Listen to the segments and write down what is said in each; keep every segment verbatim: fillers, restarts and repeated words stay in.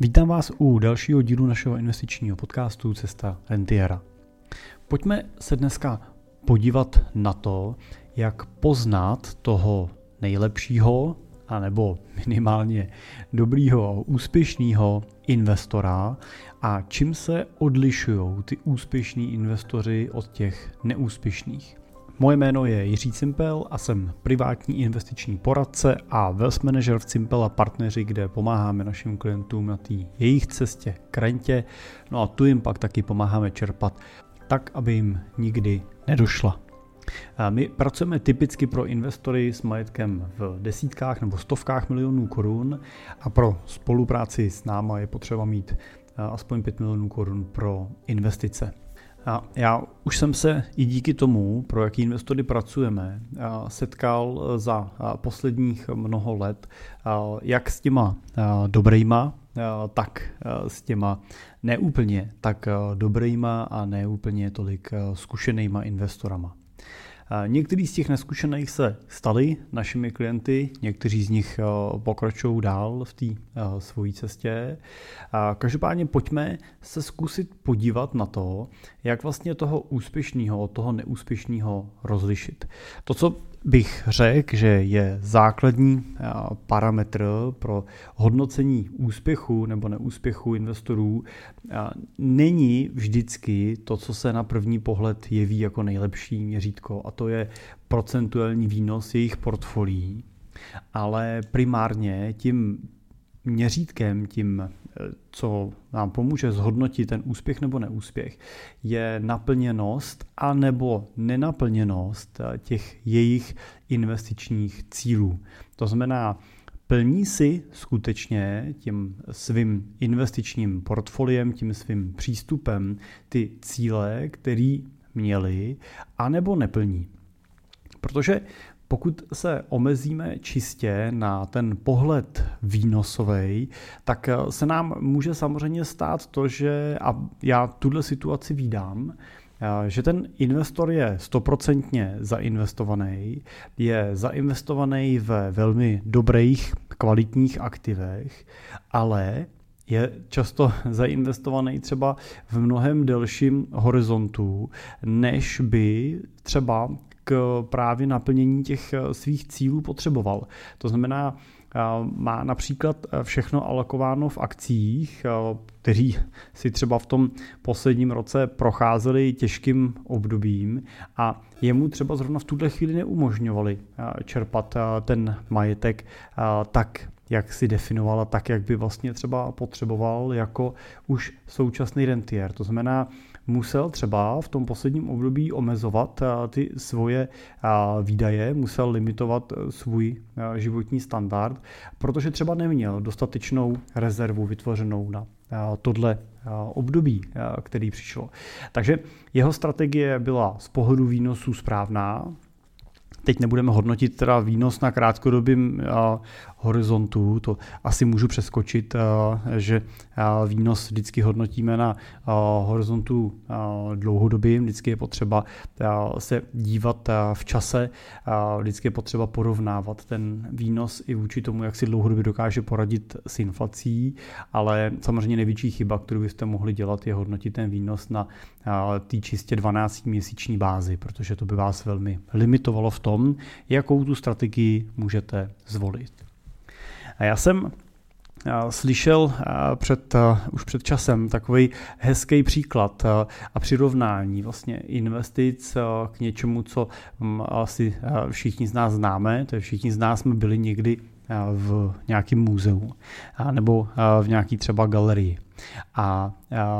Vítám vás u dalšího dílu našeho investičního podcastu Cesta rentiera. Pojďme se dneska podívat na to, jak poznat toho nejlepšího, anebo minimálně dobrýho, úspěšného investora a čím se odlišují ty úspěšní investoři od těch neúspěšných. Moje jméno je Jiří Cimpel a jsem privátní investiční poradce a wealth manager v Cimpel a partneři, kde pomáháme našim klientům na té jejich cestě k rentě, no a tu jim pak taky pomáháme čerpat tak, aby jim nikdy nedošla. My pracujeme typicky pro investory s majetkem v desítkách nebo stovkách milionů korun a pro spolupráci s náma je potřeba mít aspoň pět milionů korun pro investice. A já už jsem se i díky tomu, pro jaký investory pracujeme, setkal za posledních mnoho let jak s těma dobrejma, tak s těma neúplně tak dobrejma a neúplně tolik zkušenýma investorama. Někteří z těch neskušených se stali našimi klienty, někteří z nich pokračují dál v té svojí cestě. Každopádně pojďme se zkusit podívat na to, jak vlastně toho úspěšného od toho neúspěšného rozlišit. To, co bych řekl, že je základní parametr pro hodnocení úspěchu nebo neúspěchu investorů, není vždycky to, co se na první pohled jeví jako nejlepší měřítko, a to je procentuální výnos jejich portfolií, ale primárně tím měřítkem, tím, co nám pomůže zhodnotit ten úspěch nebo neúspěch, je naplněnost a nebo nenaplněnost těch jejich investičních cílů. To znamená, plní si skutečně tím svým investičním portfoliem, tím svým přístupem ty cíle, které měli, anebo neplní. Protože pokud se omezíme čistě na ten pohled výnosový, tak se nám může samozřejmě stát to, že, a já tuhle situaci vídám, že ten investor je stoprocentně zainvestovaný, je zainvestovaný ve velmi dobrých, kvalitních aktivech, ale je často zainvestovaný třeba v mnohem delším horizontu, než by třeba k právě naplnění těch svých cílů potřeboval. To znamená, má například všechno alokováno v akcích, kteří si třeba v tom posledním roce procházeli těžkým obdobím a jemu třeba zrovna v tuhle chvíli neumožňovali čerpat ten majetek tak, jak si definovala, tak, jak by vlastně třeba potřeboval jako už současný rentier. To znamená, musel třeba v tom posledním období omezovat ty svoje výdaje, musel limitovat svůj životní standard, protože třeba neměl dostatečnou rezervu vytvořenou na tohle období, který přišlo. Takže jeho strategie byla z pohledu výnosů správná. Teď nebudeme hodnotit teda výnos na krátkodobém uh, horizontu, to asi můžu přeskočit, uh, že uh, výnos vždycky hodnotíme na uh, horizontu uh, dlouhodobým, vždycky je potřeba uh, se dívat uh, v čase, uh, vždycky je potřeba porovnávat ten výnos i vůči tomu, jak si dlouhodobě dokáže poradit s inflací, ale samozřejmě největší chyba, kterou byste mohli dělat, je hodnotit ten výnos na uh, té čistě dvanáctiměsíční bázi, protože to by vás velmi limitovalo v tom, jakou tu strategii můžete zvolit. A já jsem slyšel před, už před časem takový hezký příklad a přirovnání vlastně investic k něčemu, co asi všichni z nás známe, to je všichni z nás jsme byli někdy v nějakém muzeu nebo v nějaký třeba galerii. A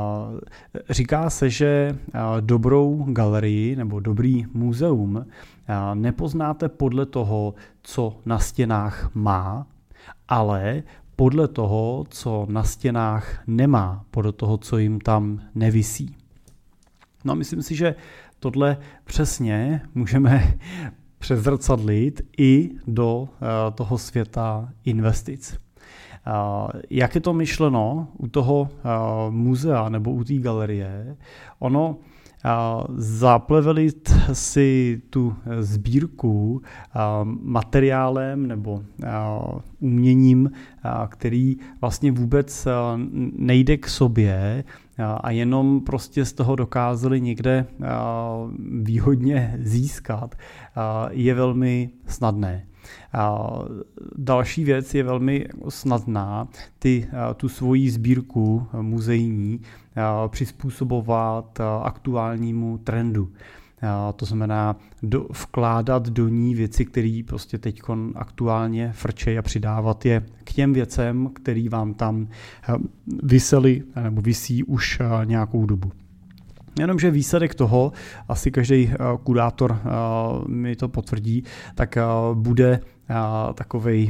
říká se, že dobrou galerii nebo dobrý muzeum nepoznáte podle toho, co na stěnách má, ale podle toho, co na stěnách nemá, podle toho, co jim tam nevisí. No a myslím si, že tohle přesně můžeme přezrcadlit i do toho světa investic. Jak je to myšleno u toho muzea nebo u té galerie? Ono zaplevelit si tu sbírku materiálem nebo uměním, který vlastně vůbec nejde k sobě a jenom prostě z toho dokázali někde výhodně získat, je velmi snadné. Další věc je velmi snadná, ty, tu svoji sbírku muzejní přizpůsobovat aktuálnímu trendu. To znamená do, vkládat do ní věci, které prostě teď aktuálně frčejí a přidávat je k těm věcem, které vám tam visely nebo visí už nějakou dobu. Jenomže výsledek toho, asi každý kurátor mi to potvrdí, tak bude takovej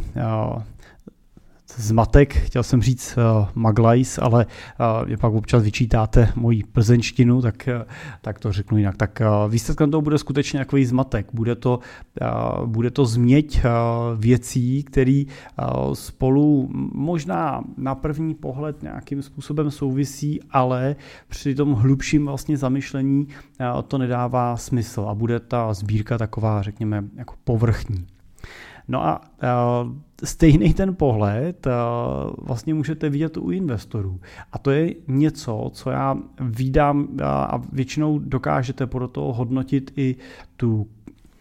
zmatek, chtěl jsem říct uh, maglajs, ale uh, je pak občas vyčítáte moji plzeňštinu, tak, uh, tak to řeknu jinak. Tak uh, výsledkem toho bude skutečně takový zmatek. Bude to, uh, bude to změť uh, věcí, které uh, spolu možná na první pohled nějakým způsobem souvisí, ale při tom hlubším vlastně zamyšlení uh, to nedává smysl a bude ta sbírka taková, řekněme, jako povrchní. No a uh, stejný ten pohled uh, vlastně můžete vidět u investorů. A to je něco, co já vídám uh, a většinou dokážete podle toho hodnotit i tu uh,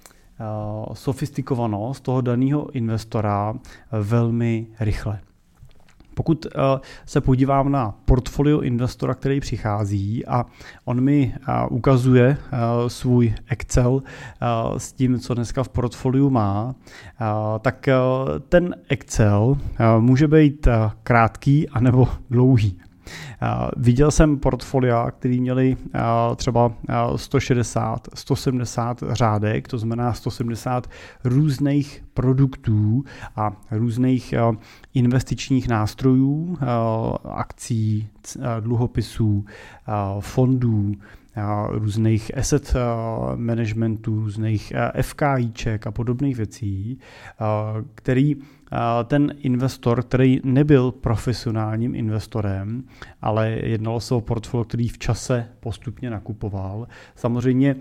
sofistikovanost toho daného investora velmi rychle. Pokud se podívám na portfolio investora, který přichází a on mi ukazuje svůj Excel s tím, co dneska v portfoliu má, tak ten Excel může být krátký anebo dlouhý. Viděl jsem portfolia, který měli třeba sto šedesát, sto sedmdesát řádek, to znamená sto sedmdesát různých produktů a různých investičních nástrojů, akcí, dluhopisů, fondů, různých asset managementů, různých FKIček a podobných věcí, který ten investor, který nebyl profesionálním investorem, ale jednalo se o portfolio, který v čase postupně nakupoval, samozřejmě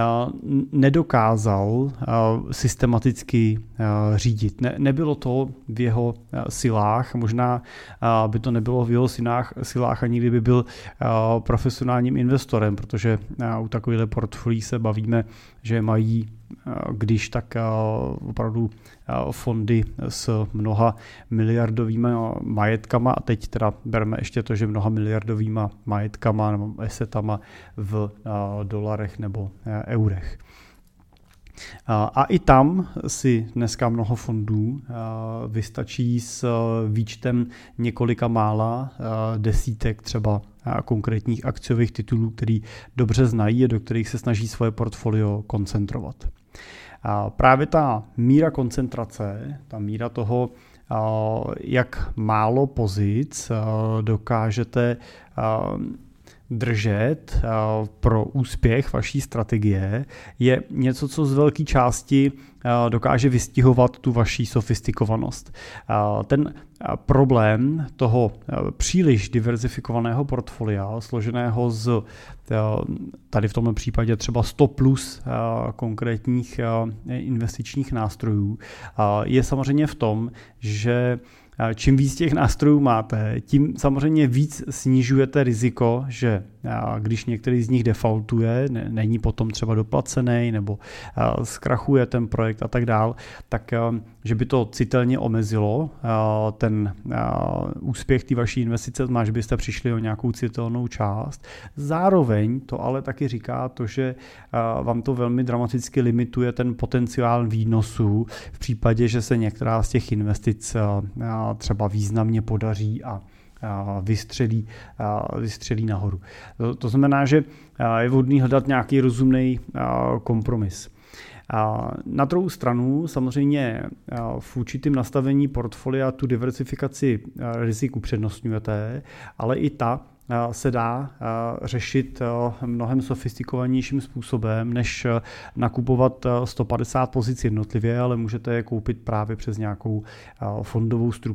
nedokázal systematicky řídit. Ne, nebylo to v jeho silách, možná by to nebylo v jeho silách, silách ani kdyby byl profesionálním investorem, protože u takovýchto portfolií se bavíme, že mají když tak opravdu fondy s mnoha miliardovými majetkama a teď teda bereme ještě to, že mnoha miliardovými majetkama nebo esetama v dolarech nebo eurech. A i tam si dneska mnoho fondů vystačí s výčtem několika mála desítek třeba konkrétních akciových titulů, který dobře znají a do kterých se snaží svoje portfolio koncentrovat. A právě ta míra koncentrace, ta míra toho, jak málo pozic dokážete držet pro úspěch vaší strategie, je něco, co z velké části dokáže vystihovat tu vaší sofistikovanost. Ten problém toho příliš diverzifikovaného portfolia, složeného z tady v tomto případě třeba sto plus konkrétních investičních nástrojů, je samozřejmě v tom, že čím víc těch nástrojů máte, tím samozřejmě víc snižujete riziko, že když některý z nich defaultuje, není potom třeba doplacený nebo zkrachuje ten projekt a tak dál, tak že by to citelně omezilo ten úspěch té vaší investice, že byste přišli o nějakou citelnou část. Zároveň to ale taky říká to, že vám to velmi dramaticky limituje ten potenciál výnosu v případě, že se některá z těch investic třeba významně podaří a vystřelí, vystřelí nahoru. To, to znamená, že je vhodný hledat nějaký rozumný kompromis. Na druhou stranu samozřejmě v určitém nastavení portfolia tu diversifikaci rizik upřednostňujete, ale i ta se dá řešit mnohem sofistikovanějším způsobem, než nakupovat sto padesát pozic jednotlivě, ale můžete je koupit právě přes nějakou fondovou strukturu.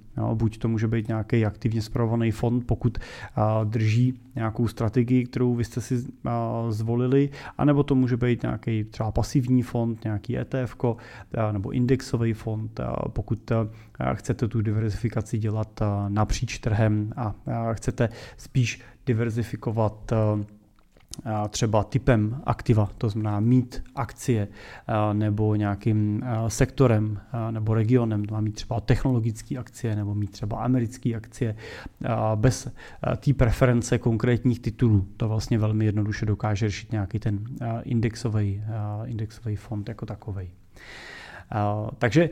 Jo, buď to může být nějaký aktivně spravovaný fond, pokud a, drží nějakou strategii, kterou vy jste si a, zvolili, anebo to může být nějaký třeba pasivní fond, nějaký E T F ko a, nebo indexový fond, a, pokud a, chcete tu diverzifikaci dělat a, napříč trhem a, a chcete spíš diverzifikovat a, třeba typem aktiva, to znamená mít akcie nebo nějakým sektorem nebo regionem, to má mít třeba technologické akcie nebo mít třeba americké akcie bez té preference konkrétních titulů. To vlastně velmi jednoduše dokáže řešit nějaký ten indexový, indexový fond jako takovej. Takže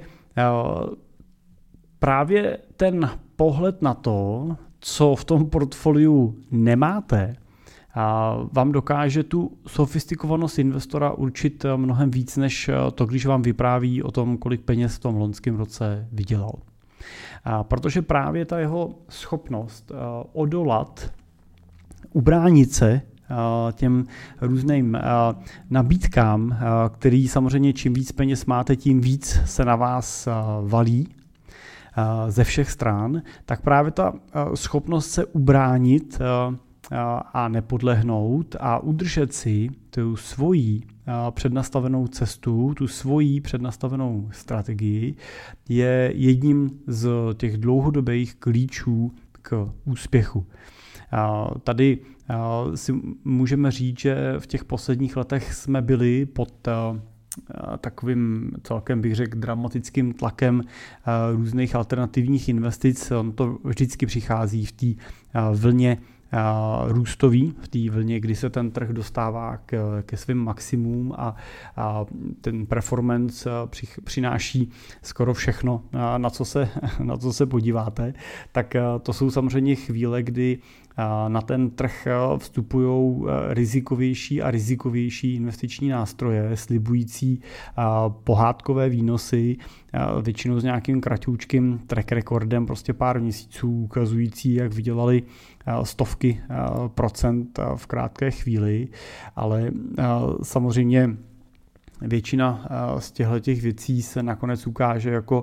právě ten pohled na to, co v tom portfoliu nemáte, a vám dokáže tu sofistikovanost investora určit mnohem víc, než to, když vám vypráví o tom, kolik peněz v tom loňském roce vydělal. A protože právě ta jeho schopnost odolat, ubránit se těm různým nabídkám, který samozřejmě čím víc peněz máte, tím víc se na vás valí ze všech stran, tak právě ta schopnost se ubránit a nepodlehnout a udržet si tu svoji přednastavenou cestu, tu svoji přednastavenou strategii je jedním z těch dlouhodobých klíčů k úspěchu. Tady si můžeme říct, že v těch posledních letech jsme byli pod takovým celkem bych řekl dramatickým tlakem různých alternativních investic. On to vždycky přichází v té vlně růstový, v té vlně, kdy se ten trh dostává k, ke svým maximum a, a ten performance při, přináší skoro všechno, na co se, na co se podíváte, tak to jsou samozřejmě chvíle, kdy na ten trh vstupují rizikovější a rizikovější investiční nástroje, slibující pohádkové výnosy, většinou s nějakým kratoučkým track recordem, prostě pár měsíců, ukazující, jak vydělali stovky procent v krátké chvíli, ale samozřejmě většina z těchto věcí se nakonec ukáže jako,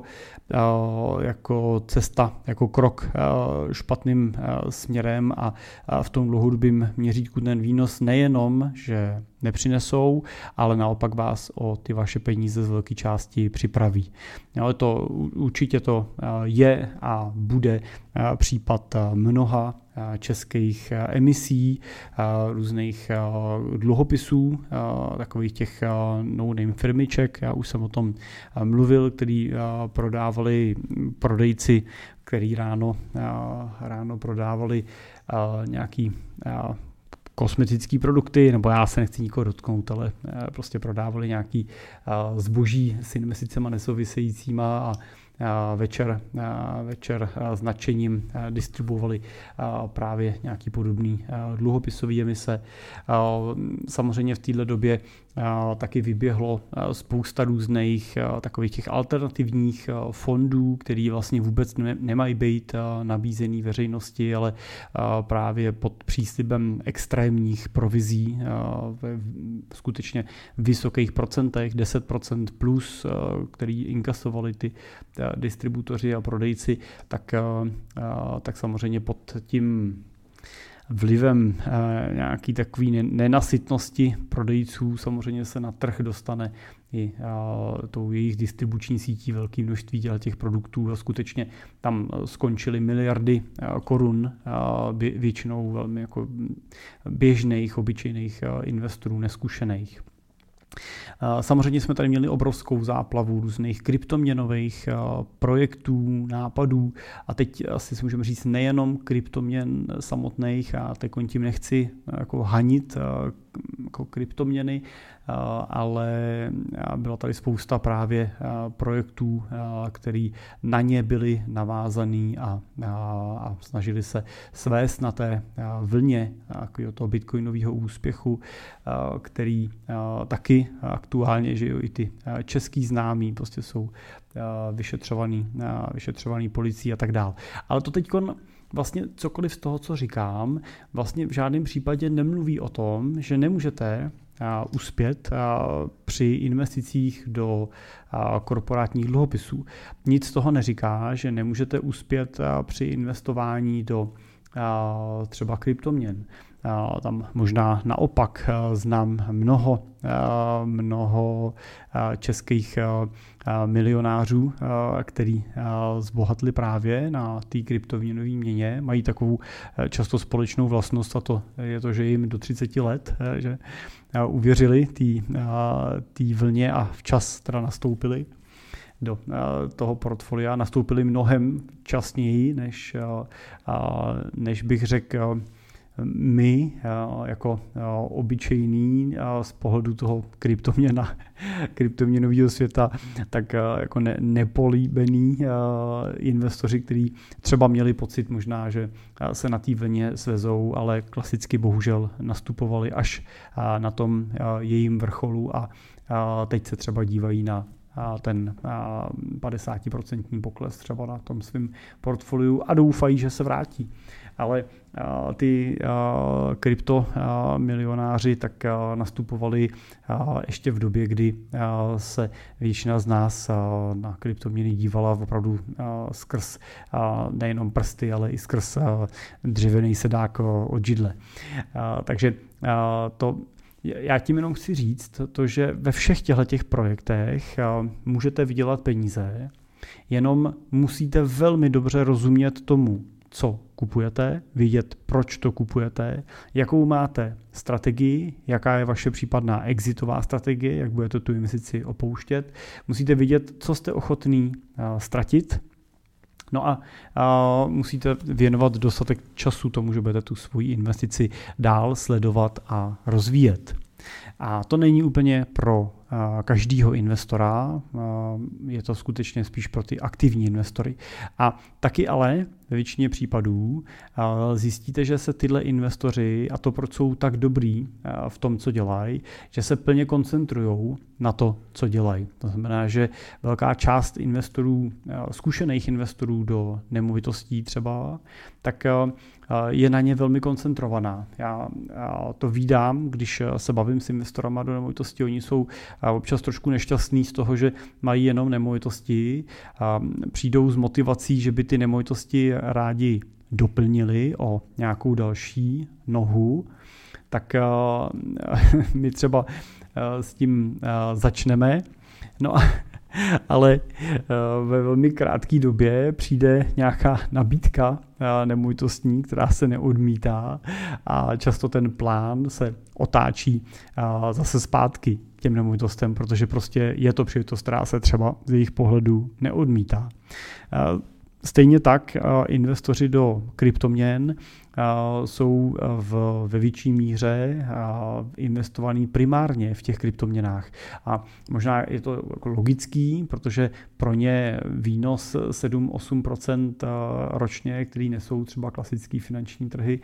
jako cesta, jako krok špatným směrem a v tom dlouhodobém měřítku ten výnos nejenom, že nepřinesou, ale naopak vás o ty vaše peníze z velké části připraví. Ale to určitě to je a bude případ mnoha českých emisí, různých dluhopisů, takových těch no-name firmiček. Já už jsem o tom mluvil, který prodávali prodejci, který ráno, ráno prodávali nějaký kosmetické produkty, nebo já se nechci nikoho dotknout, ale prostě prodávali nějaký zboží s investicemi nesouvisejícíma a večer, večer s nadšením distribuovali právě nějaký podobný dluhopisový emise. Samozřejmě v této době taky vyběhlo spousta různých takových těch alternativních fondů, které vlastně vůbec nemají být nabízený veřejnosti, ale právě pod příslibem extrémních provizí ve skutečně vysokých procentech, deset procent plus, který inkasovali ty distributoři a prodejci, tak, tak samozřejmě pod tím vlivem nějaký takový nenasytnosti prodejců samozřejmě se na trh dostane i tou jejich distribuční sítí velké množství těch produktů a skutečně tam skončily miliardy korun většinou velmi jako běžných, obyčejných investorů, neskušených. Samozřejmě jsme tady měli obrovskou záplavu různých kryptoměnových projektů, nápadů a teď asi si můžeme říct nejenom kryptoměn samotných a teď tím nechci jako hanit jako kryptoměny, ale byla tady spousta právě projektů, které na ně byly navázaný a, a snažili se svést na té vlně toho bitcoinového úspěchu, který taky aktuálně, že jo, i ty český známí prostě jsou vyšetřovaný, vyšetřovaný policií a tak dále. Ale to teďkon vlastně cokoliv z toho, co říkám, vlastně v žádném případě nemluví o tom, že nemůžete uspět při investicích do korporátních dluhopisů. Nic z toho neříká, že nemůžete uspět při investování do třeba kryptoměn. Tam možná naopak znám mnoho, mnoho českých milionářů, který zbohatli právě na té kryptoměnové měně. Mají takovou často společnou vlastnost, a to je to, že jim do třiceti let, že uvěřili té vlně a včas teda nastoupili do toho portfolia, nastoupili mnohem časněji, než, než bych řekl my jako obyčejný z pohledu toho kryptoměna, kryptoměnového světa, tak jako ne, nepolíbený investoři, kteří třeba měli pocit možná, že se na té vlně svezou, ale klasicky bohužel nastupovali až na tom jejím vrcholu a teď se třeba dívají na ten padesát procent pokles třeba na tom svém portfoliu a doufají, že se vrátí. Ale ty kryptomilionáři tak nastupovali ještě v době, kdy se většina z nás na kryptoměny dívala opravdu skrz nejenom prsty, ale i skrz dřevěný sedák od židle. Takže to já tím jenom chci říct to, že ve všech těchto projektech můžete vydělat peníze, jenom musíte velmi dobře rozumět tomu, co kupujete, vědět, proč to kupujete, jakou máte strategii, jaká je vaše případná exitová strategie, jak budete tu investici opouštět. Musíte vědět, co jste ochotný ztratit. No a, a musíte věnovat dostatek času tomu, že budete tu svoji investici dál sledovat a rozvíjet. A to není úplně pro každého investora, je to skutečně spíš pro ty aktivní investory. A taky ale ve většině případů zjistíte, že se tyhle investoři, a to proč jsou tak dobrý v tom, co dělají, že se plně koncentrují na to, co dělají. To znamená, že velká část investorů, zkušených investorů do nemovitostí třeba, tak je na ně velmi koncentrovaná. Já to vídám, když se bavím s investorama do nemovitostí, oni jsou občas trošku nešťastní z toho, že mají jenom nemovitosti, přijdou s motivací, že by ty nemovitosti rádi doplnili o nějakou další nohu, tak my třeba s tím začneme. No a ale ve velmi krátké době přijde nějaká nabídka nemovitostní, která se neodmítá a často ten plán se otáčí zase zpátky k těm nemovitostem, protože prostě je to příležitost, která se třeba z jejich pohledu neodmítá. Stejně tak investoři do kryptoměn jsou v, ve větší míře investovaní primárně v těch kryptoměnách. A možná je to logický, protože pro ně výnos sedm až osm procent ročně, který nesou třeba klasické finanční trhy,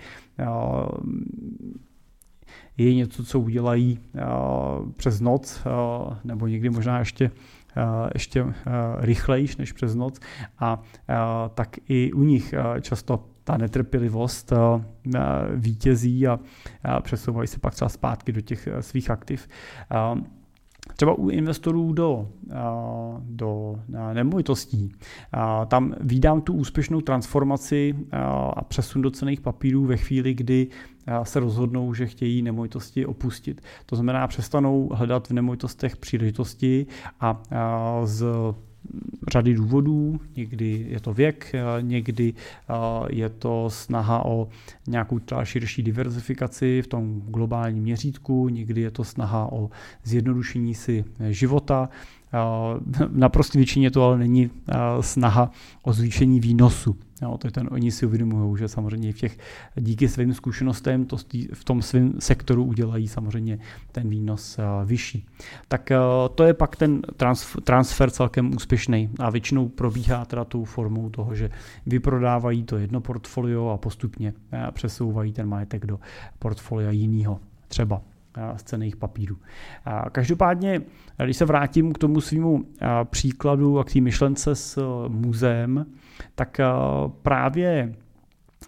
je něco, co udělají přes noc, nebo někdy možná ještě ještě rychlejš než přes noc a tak i u nich často ta netrpělivost vítězí a přesouvají se pak třeba zpátky do těch svých aktiv. Třeba u investorů do, do nemovitostí, tam vídám tu úspěšnou transformaci a přesun do cenných papírů ve chvíli, kdy se rozhodnou, že chtějí nemovitosti opustit. To znamená, přestanou hledat v nemovitostech příležitosti a z řady důvodů, někdy je to věk, někdy je to snaha o nějakou třeba širší diverzifikaci v tom globálním měřítku, někdy je to snaha o zjednodušení si života. V naprosté většině to ale není snaha o zvýšení výnosu. Jo, to je ten, oni si uvědomují, že samozřejmě v těch, díky svým zkušenostem to v tom svém sektoru udělají samozřejmě ten výnos vyšší. Tak to je pak ten transfer celkem úspěšný a většinou probíhá teda tou formou toho, že vyprodávají to jedno portfolio a postupně přesouvají ten majetek do portfolia jiného, třeba z cenných papírů. Každopádně, když se vrátím k tomu svému příkladu a k té myšlence s muzeem, tak právě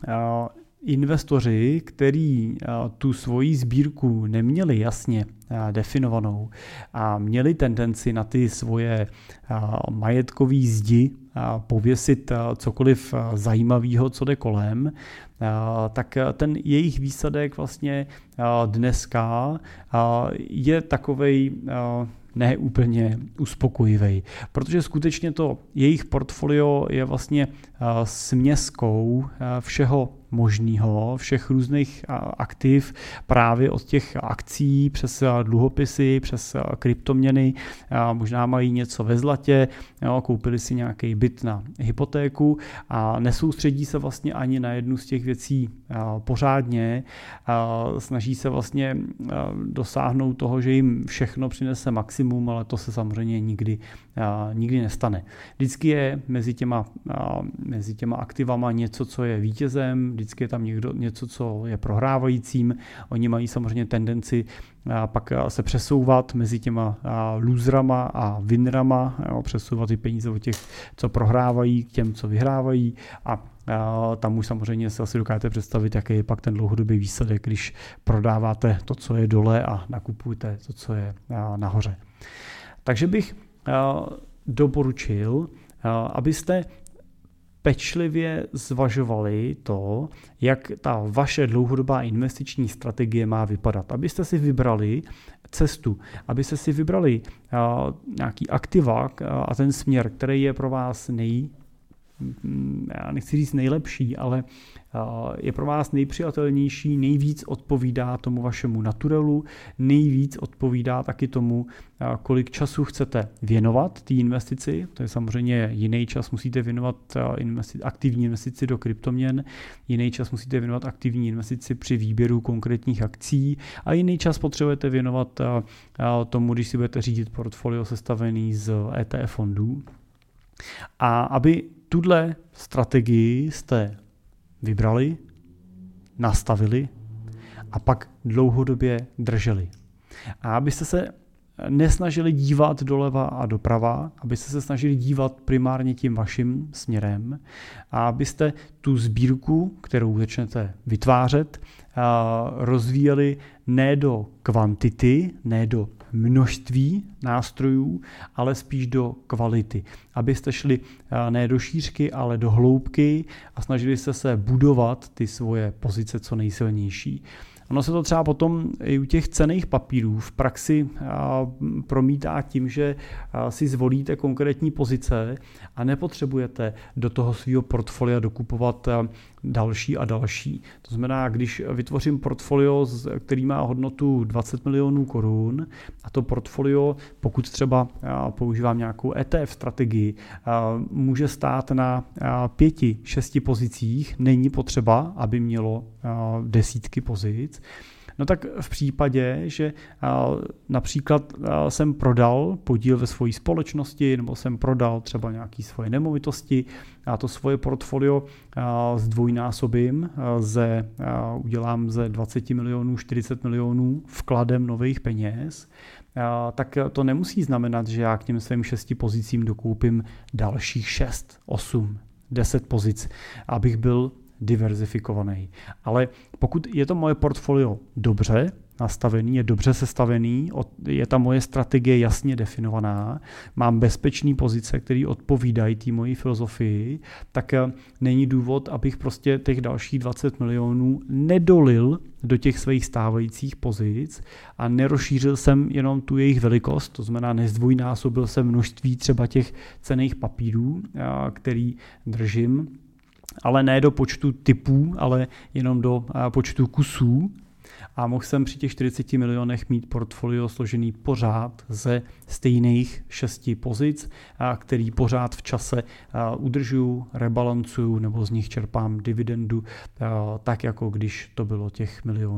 investoři, kteří tu svoji sbírku neměli jasně definovanou a měli tendenci na ty svoje majetkové zdi pověsit cokoliv zajímavého, co jde kolem, tak ten jejich výsledek vlastně dneska je takovej ne úplně uspokojivý, protože skutečně to jejich portfolio je vlastně směskou všeho možného, všech různých aktiv, právě od těch akcí přes dluhopisy, přes kryptoměny, možná mají něco ve zlatě, koupili si nějaký byt na hypotéku a nesoustředí se vlastně ani na jednu z těch věcí pořádně, snaží se vlastně dosáhnout toho, že jim všechno přinese maximum, ale to se samozřejmě nikdy, nikdy nestane. Vždycky je mezi těma, mezi těma aktivama něco, co je vítězem, vždycky je tam někdo, něco, co je prohrávajícím. Oni mají samozřejmě tendenci pak se přesouvat mezi těma loserama a winnerama, přesouvat ty peníze od těch, co prohrávají, k těm, co vyhrávají a tam už samozřejmě se asi dokážete představit, jaký je pak ten dlouhodobý výsledek, když prodáváte to, co je dole a nakupujete to, co je nahoře. Takže bych doporučil, abyste pečlivě zvažovali to, jak ta vaše dlouhodobá investiční strategie má vypadat. Abyste si vybrali cestu, abyste si vybrali nějaký aktiva a ten směr, který je pro vás nej, já nechci říct nejlepší, ale je pro vás nejpřijatelnější, nejvíc odpovídá tomu vašemu naturelu, nejvíc odpovídá taky tomu, kolik času chcete věnovat té investici. To je samozřejmě jiný čas, musíte věnovat investi- aktivní investici do kryptoměn, jiný čas musíte věnovat aktivní investici při výběru konkrétních akcí a jiný čas potřebujete věnovat tomu, když si budete řídit portfolio sestavený z E T F fondů. A aby tuhle strategii jste vybrali, nastavili a pak dlouhodobě drželi. A abyste se nesnažili dívat doleva a doprava, abyste se snažili dívat primárně tím vaším směrem a abyste tu sbírku, kterou začnete vytvářet, rozvíjeli ne do kvantity, ne do množství nástrojů, ale spíš do kvality. Abyste šli ne do šířky, ale do hloubky a snažili jste se budovat ty svoje pozice co nejsilnější. Ono se to třeba potom i u těch cenných papírů v praxi promítá tím, že si zvolíte konkrétní pozice a nepotřebujete do toho svého portfolia dokupovat další a další. To znamená, když vytvořím portfolio, který má hodnotu dvacet milionů korun a to portfolio, pokud třeba používám nějakou E T F strategii, může stát na pěti, šesti pozicích, není potřeba, aby mělo desítky pozic, no tak v případě, že například jsem prodal podíl ve své společnosti nebo jsem prodal třeba nějaké svoje nemovitosti a to svoje portfolio zdvojnásobím, ze, udělám ze dvacet milionů, čtyřicet milionů vkladem nových peněz, tak to nemusí znamenat, že já k těm svým šesti pozicím dokoupím dalších šest, osm, deset pozic, abych byl diverzifikovaný. Ale pokud je to moje portfolio dobře nastavený, je dobře sestavený, je ta moje strategie jasně definovaná, mám bezpečné pozice, které odpovídají té mojí filozofii, tak není důvod, abych prostě těch dalších dvacet milionů nedolil do těch svých stávajících pozic a nerozšířil jsem jenom tu jejich velikost, to znamená nezdvojnásobil jsem množství třeba těch cenných papírů, který držím, ale ne do počtu typů, ale jenom do počtu kusů. A mohl jsem při těch čtyřiceti milionech mít portfolio složený pořád ze stejných šesti pozic, který pořád v čase udržuju, rebalancuju nebo z nich čerpám dividendu, tak jako když to bylo těch milionů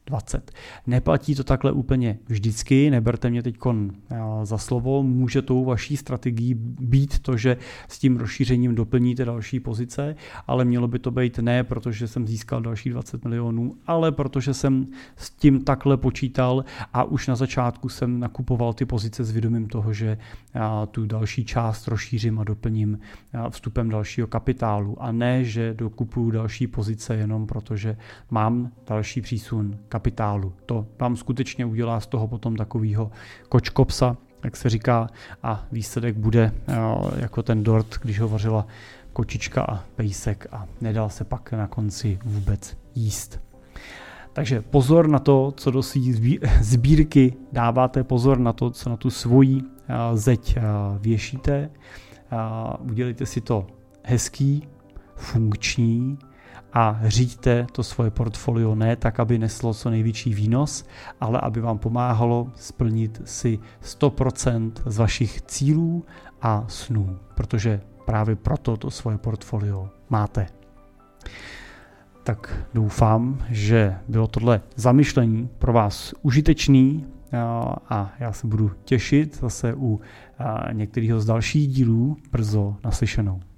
dvacet. Neplatí to takhle úplně vždycky, neberte mě teď za slovo, může tou vaší strategií být to, že s tím rozšířením doplníte další pozice, ale mělo by to být ne, protože jsem získal další dvacet milionů, ale protože jsem s tím takhle počítal a už na začátku jsem nakupoval ty pozice s vědomím toho, že tu další část rozšířím a doplním vstupem dalšího kapitálu a ne, že dokupuju další pozice jenom protože mám další přísun kapitálu. To vám skutečně udělá z toho potom takovýho kočkopsa, jak se říká, a výsledek bude jako ten dort, když ho vařila kočička a pejsek a nedal se pak na konci vůbec jíst. Takže pozor na to, co do svý sbírky dáváte, pozor na to, co na tu svoji zeď věšíte. Udělejte si to hezký, funkční a říďte to svoje portfolio ne tak, aby neslo co největší výnos, ale aby vám pomáhalo splnit si sto procent z vašich cílů a snů, protože právě proto to svoje portfolio máte. Tak doufám, že bylo tohle zamyšlení pro vás užitečný a já se budu těšit zase u některého z dalších dílů brzo naslyšenou.